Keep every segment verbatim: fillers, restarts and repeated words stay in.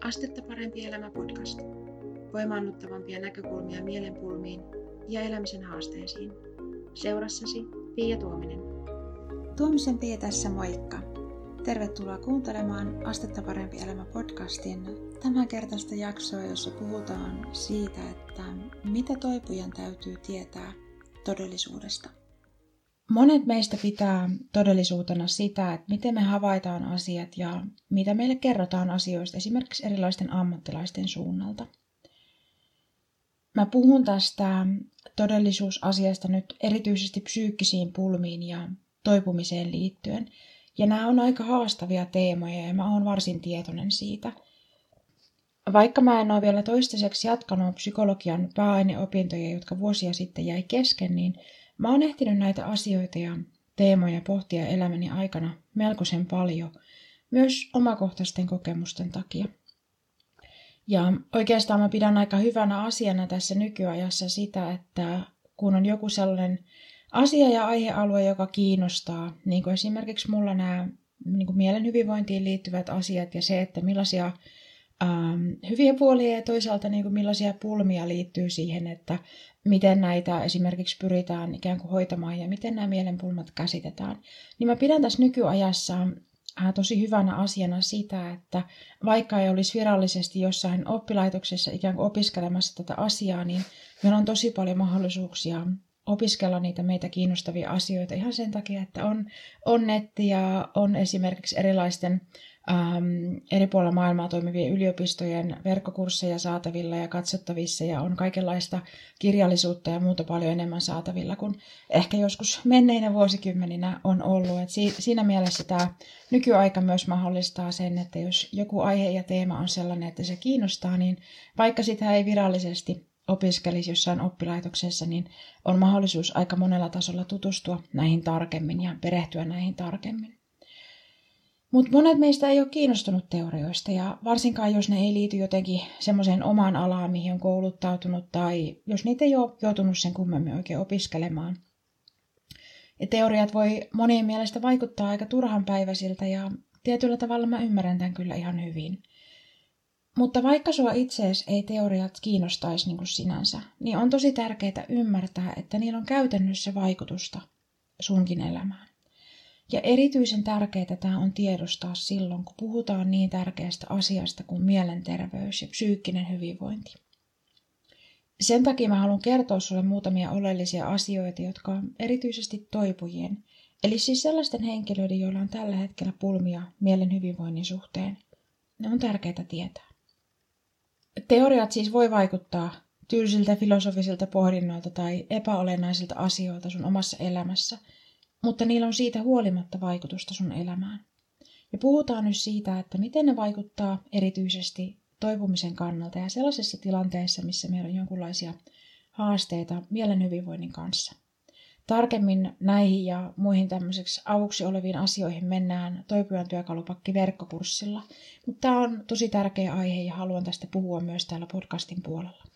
Astetta parempi elämä podcast. Voimaannuttavampia näkökulmia mielenpulmiin ja elämisen haasteisiin. Seurassasi Pia Tuominen. Tuomisen Pia tässä, moikka! Tervetuloa kuuntelemaan Astetta parempi elämä podcastin tämänkertaista jaksoa, jossa puhutaan siitä, että mitä toipujan täytyy tietää todellisuudesta. Monet meistä pitää todellisuutena sitä, että miten me havaitaan asiat ja mitä meille kerrotaan asioista esimerkiksi erilaisten ammattilaisten suunnalta. Mä puhun tästä todellisuusasiasta nyt erityisesti psyykkisiin pulmiin ja toipumiseen liittyen. Ja nämä on aika haastavia teemoja ja mä oon varsin tietoinen siitä. Vaikka mä en ole vielä toistaiseksi jatkanut psykologian pääaineopintoja, jotka vuosia sitten jäi kesken, niin mä oon ehtinyt näitä asioita ja teemoja pohtia elämäni aikana melkoisen paljon, myös omakohtaisten kokemusten takia. Ja oikeastaan mä pidän aika hyvänä asiana tässä nykyajassa sitä, että kun on joku sellainen asia ja aihealue, joka kiinnostaa, niin kuin esimerkiksi mulla nämä niin kuin mielen hyvinvointiin liittyvät asiat ja se, että millaisia ähm, hyviä puolia ja toisaalta niin kuin millaisia pulmia liittyy siihen, että miten näitä esimerkiksi pyritään ikään kuin hoitamaan ja miten nämä mielenpulmat käsitetään. Niin mä pidän tässä nykyajassa äh, tosi hyvänä asiana sitä, että vaikka ei olisi virallisesti jossain oppilaitoksessa ikään kuin opiskelemassa tätä asiaa, niin meillä on tosi paljon mahdollisuuksia opiskella niitä meitä kiinnostavia asioita ihan sen takia, että on, on netti ja on esimerkiksi erilaisten äm, eri puolilla maailmaa toimivien yliopistojen verkkokursseja saatavilla ja katsottavissa ja on kaikenlaista kirjallisuutta ja muuta paljon enemmän saatavilla kuin ehkä joskus menneinä vuosikymmeninä on ollut. Et si, siinä mielessä tämä nykyaika myös mahdollistaa sen, että jos joku aihe ja teema on sellainen, että se kiinnostaa, niin vaikka sitä ei virallisesti opiskelisi jossain oppilaitoksessa, niin on mahdollisuus aika monella tasolla tutustua näihin tarkemmin ja perehtyä näihin tarkemmin. Mutta monet meistä ei ole kiinnostunut teorioista ja varsinkaan jos ne ei liity jotenkin semmoiseen omaan alaan, mihin on kouluttautunut tai jos niitä ei ole joutunut sen kummemmin oikein opiskelemaan. Ja teoriat voi monien mielestä vaikuttaa aika turhanpäiväisiltä ja tietyllä tavalla mä ymmärrän tämän kyllä ihan hyvin. Mutta vaikka sua itseesi ei teoriat kiinnostaisi niin kuin sinänsä, niin on tosi tärkeää ymmärtää, että niillä on käytännössä vaikutusta sunkin elämään. Ja erityisen tärkeää tämä on tiedostaa silloin, kun puhutaan niin tärkeästä asiasta kuin mielenterveys ja psyykkinen hyvinvointi. Sen takia mä haluan kertoa sulle muutamia oleellisia asioita, jotka on erityisesti toipujien, eli siis sellaisten henkilöiden, joilla on tällä hetkellä pulmia mielen hyvinvoinnin suhteen. Ne on tärkeää tietää. Teoriat siis voi vaikuttaa tylsiltä filosofisilta pohdinnoilta tai epäolennaisilta asioilta sun omassa elämässä, mutta niillä on siitä huolimatta vaikutusta sun elämään. Ja puhutaan nyt siitä, että miten ne vaikuttaa erityisesti toipumisen kannalta ja sellaisissa tilanteissa, missä meillä on jonkinlaisia haasteita mielen hyvinvoinnin kanssa. Tarkemmin näihin ja muihin tämmöiseksi avuksi oleviin asioihin mennään Toipujan työkalupakki verkkokurssilla, mutta tämä on tosi tärkeä aihe ja haluan tästä puhua myös täällä podcastin puolella.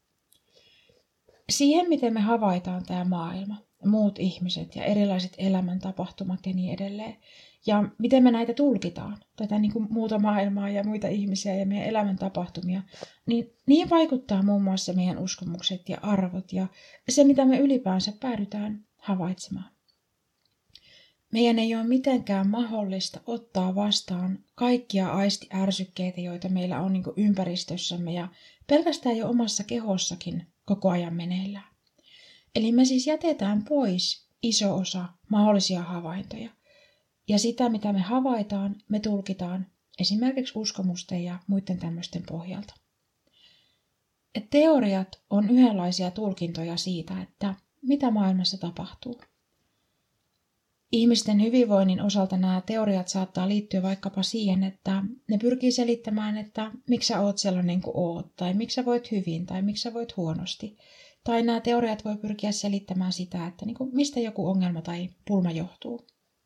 Siihen, miten me havaitaan tämä maailma, muut ihmiset ja erilaiset elämäntapahtumat ja niin edelleen, ja miten me näitä tulkitaan, tätä niin kuin muuta maailmaa ja muita ihmisiä ja meidän elämäntapahtumia, niin niihin vaikuttaa muun muassa meidän uskomukset ja arvot ja se, mitä me ylipäänsä päädytään havaitsemaan. Meidän ei ole mitenkään mahdollista ottaa vastaan kaikkia aistiärsykkeitä, joita meillä on niin kuin ympäristössämme ja pelkästään jo omassa kehossakin koko ajan meneillään. Eli me siis jätetään pois iso osa mahdollisia havaintoja. Ja sitä, mitä me havaitaan, me tulkitaan esimerkiksi uskomusten ja muiden tämmöisten pohjalta. Et teoriat on yhdenlaisia tulkintoja siitä, että mitä maailmassa tapahtuu. Ihmisten hyvinvoinnin osalta nämä teoriat saattaa liittyä vaikkapa siihen, että ne pyrkii selittämään, että miksi sä oot sellainen kuin oot, tai miksi sä voit hyvin, tai miksi sä voit huonosti. Tai nämä teoriat voi pyrkiä selittämään sitä, että niin kuin mistä joku ongelma tai pulma johtuu.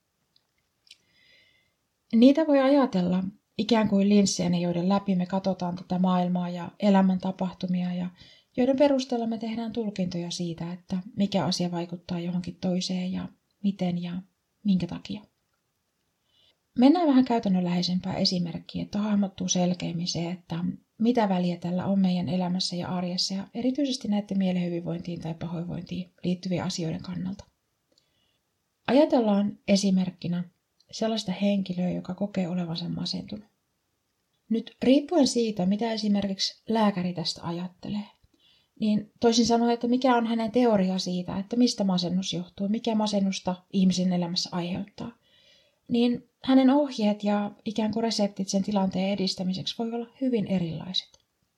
Niitä voi ajatella ikään kuin linsseinä, joiden läpi me katsotaan tätä maailmaa ja elämän tapahtumia ja joiden perusteella me tehdään tulkintoja siitä, että mikä asia vaikuttaa johonkin toiseen ja miten ja minkä takia. Mennään vähän käytännönläheisempään esimerkkiin, että hahmottuu selkeämmin se, että mitä väliä tällä on meidän elämässä ja arjessa ja erityisesti näiden mielen hyvinvointiin tai pahoinvointiin liittyvien asioiden kannalta. Ajatellaan esimerkkinä sellaista henkilöä, joka kokee olevansa masentunut. Nyt riippuen siitä, mitä esimerkiksi lääkäri tästä ajattelee, niin toisin sanoen, että mikä on hänen teoria siitä, että mistä masennus johtuu, mikä masennusta ihmisen elämässä aiheuttaa, niin hänen ohjeet ja ikään kuin reseptit sen tilanteen edistämiseksi voi olla hyvin erilaiset.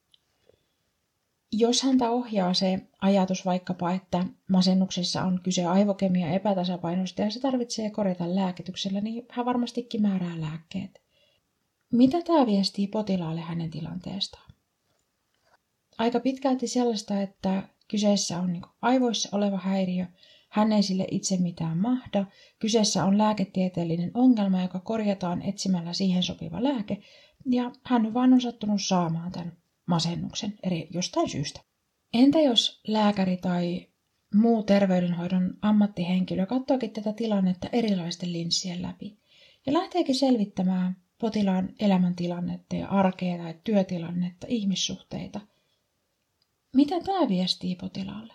Jos häntä ohjaa se ajatus vaikkapa, että masennuksessa on kyse aivokemian epätasapainosta ja se tarvitsee korjata lääkityksellä, niin hän varmastikin määrää lääkkeet. Mitä tämä viestii potilaalle hänen tilanteestaan? Aika pitkälti sellaista, että kyseessä on niin kuin aivoissa oleva häiriö, hän ei sille itse mitään mahda, kyseessä on lääketieteellinen ongelma, joka korjataan etsimällä siihen sopiva lääke, ja hän vaan on sattunut saamaan tämän masennuksen eri jostain syystä. Entä jos lääkäri tai muu terveydenhoidon ammattihenkilö katsookin tätä tilannetta erilaisten linssien läpi ja lähteekin selvittämään potilaan elämäntilannetta ja arkea tai työtilannetta, ihmissuhteita? Mitä tämä viestii potilaalle?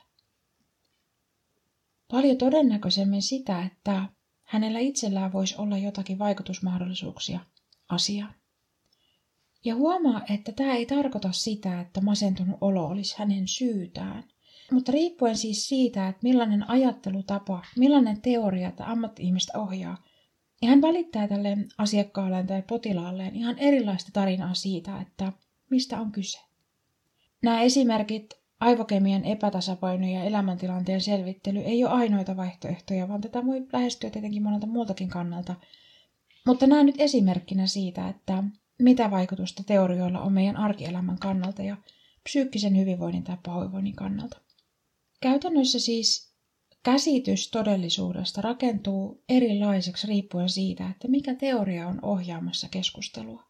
Paljon todennäköisemmin sitä, että hänellä itsellään voisi olla jotakin vaikutusmahdollisuuksia asiaan. Ja huomaa, että tämä ei tarkoita sitä, että masentunut olo olisi hänen syytään, mutta riippuen siis siitä, että millainen ajattelutapa, millainen teoria tämä ammatti-ihmistä ohjaa, ja hän välittää tälle asiakkaalleen tai potilaalleen ihan erilaista tarinaa siitä, että mistä on kyse. Nämä esimerkit, aivokemian epätasapaino ja elämäntilanteen selvittely ei ole ainoita vaihtoehtoja, vaan tätä voi lähestyä tietenkin monelta muultakin kannalta. Mutta nämä nyt esimerkkinä siitä, että mitä vaikutusta teorioilla on meidän arkielämän kannalta ja psyykkisen hyvinvoinnin tai pahoinvoinnin kannalta. Käytännössä siis käsitys todellisuudesta rakentuu erilaiseksi riippuen siitä, että mikä teoria on ohjaamassa keskustelua.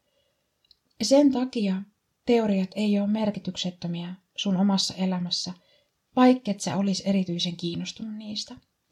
Sen takia teoriat ei ole merkityksettömiä sun omassa elämässä, vaikket sä olisi erityisen kiinnostunut niistä.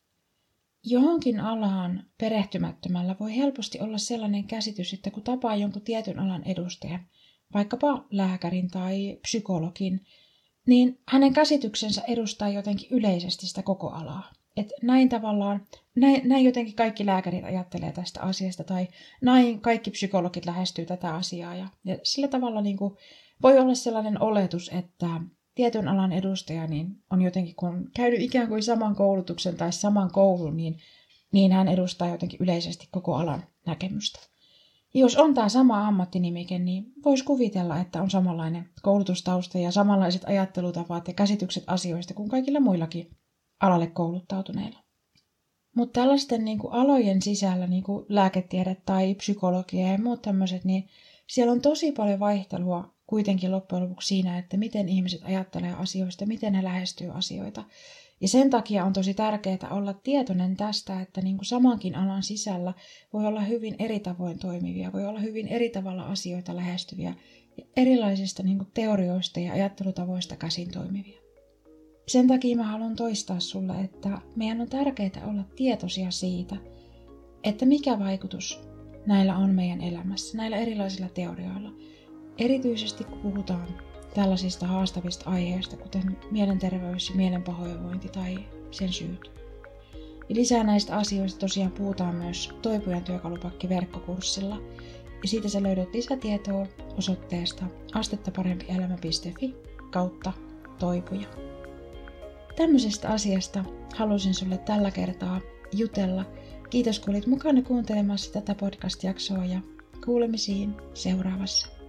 Johonkin alaan perehtymättömällä voi helposti olla sellainen käsitys, että kun tapaa jonkun tietyn alan edustajan, vaikkapa lääkärin tai psykologin, niin hänen käsityksensä edustaa jotenkin yleisesti sitä koko alaa. Et näin tavallaan, näin, näin jotenkin kaikki lääkärit ajattelee tästä asiasta, tai näin kaikki psykologit lähestyy tätä asiaa. Ja, ja sillä tavalla niin kuin voi olla sellainen oletus, että tietyn alan edustaja niin on jotenkin, kun on käynyt ikään kuin saman koulutuksen tai saman koulun, niin, niin hän edustaa jotenkin yleisesti koko alan näkemystä. Ja jos on tämä sama ammattinimike, niin voisi kuvitella, että on samanlainen koulutustausta ja samanlaiset ajattelutavat ja käsitykset asioista kuin kaikilla muillakin alalle kouluttautuneilla. Mutta tällaisten niin kuin alojen sisällä, niin kuin lääketiede tai psykologia ja muut tämmöiset, niin siellä on tosi paljon vaihtelua kuitenkin loppujen lopuksi siinä, että miten ihmiset ajattelee asioista, miten ne lähestyy asioita. Ja sen takia on tosi tärkeää olla tietoinen tästä, että niin kuin samankin alan sisällä voi olla hyvin eri tavoin toimivia, voi olla hyvin eri tavalla asioita lähestyviä ja erilaisista niin kuin teorioista ja ajattelutavoista käsin toimivia. Sen takia mä haluan toistaa sulle, että meidän on tärkeää olla tietoisia siitä, että mikä vaikutus näillä on meidän elämässä, näillä erilaisilla teorioilla. Erityisesti kun puhutaan tällaisista haastavista aiheista, kuten mielenterveys ja mielenpahoinvointi tai sen syyt. Ja lisää näistä asioista tosiaan puhutaan myös Toipujan työkalupakki verkkokurssilla. Ja siitä sä löydät lisätietoa osoitteesta astettaparempielämä piste fi kautta toipuja. Tämmöisestä asiasta halusin sulle tällä kertaa jutella. Kiitos kun olit mukana kuuntelemassa tätä podcast-jaksoa ja kuulemisiin seuraavassa.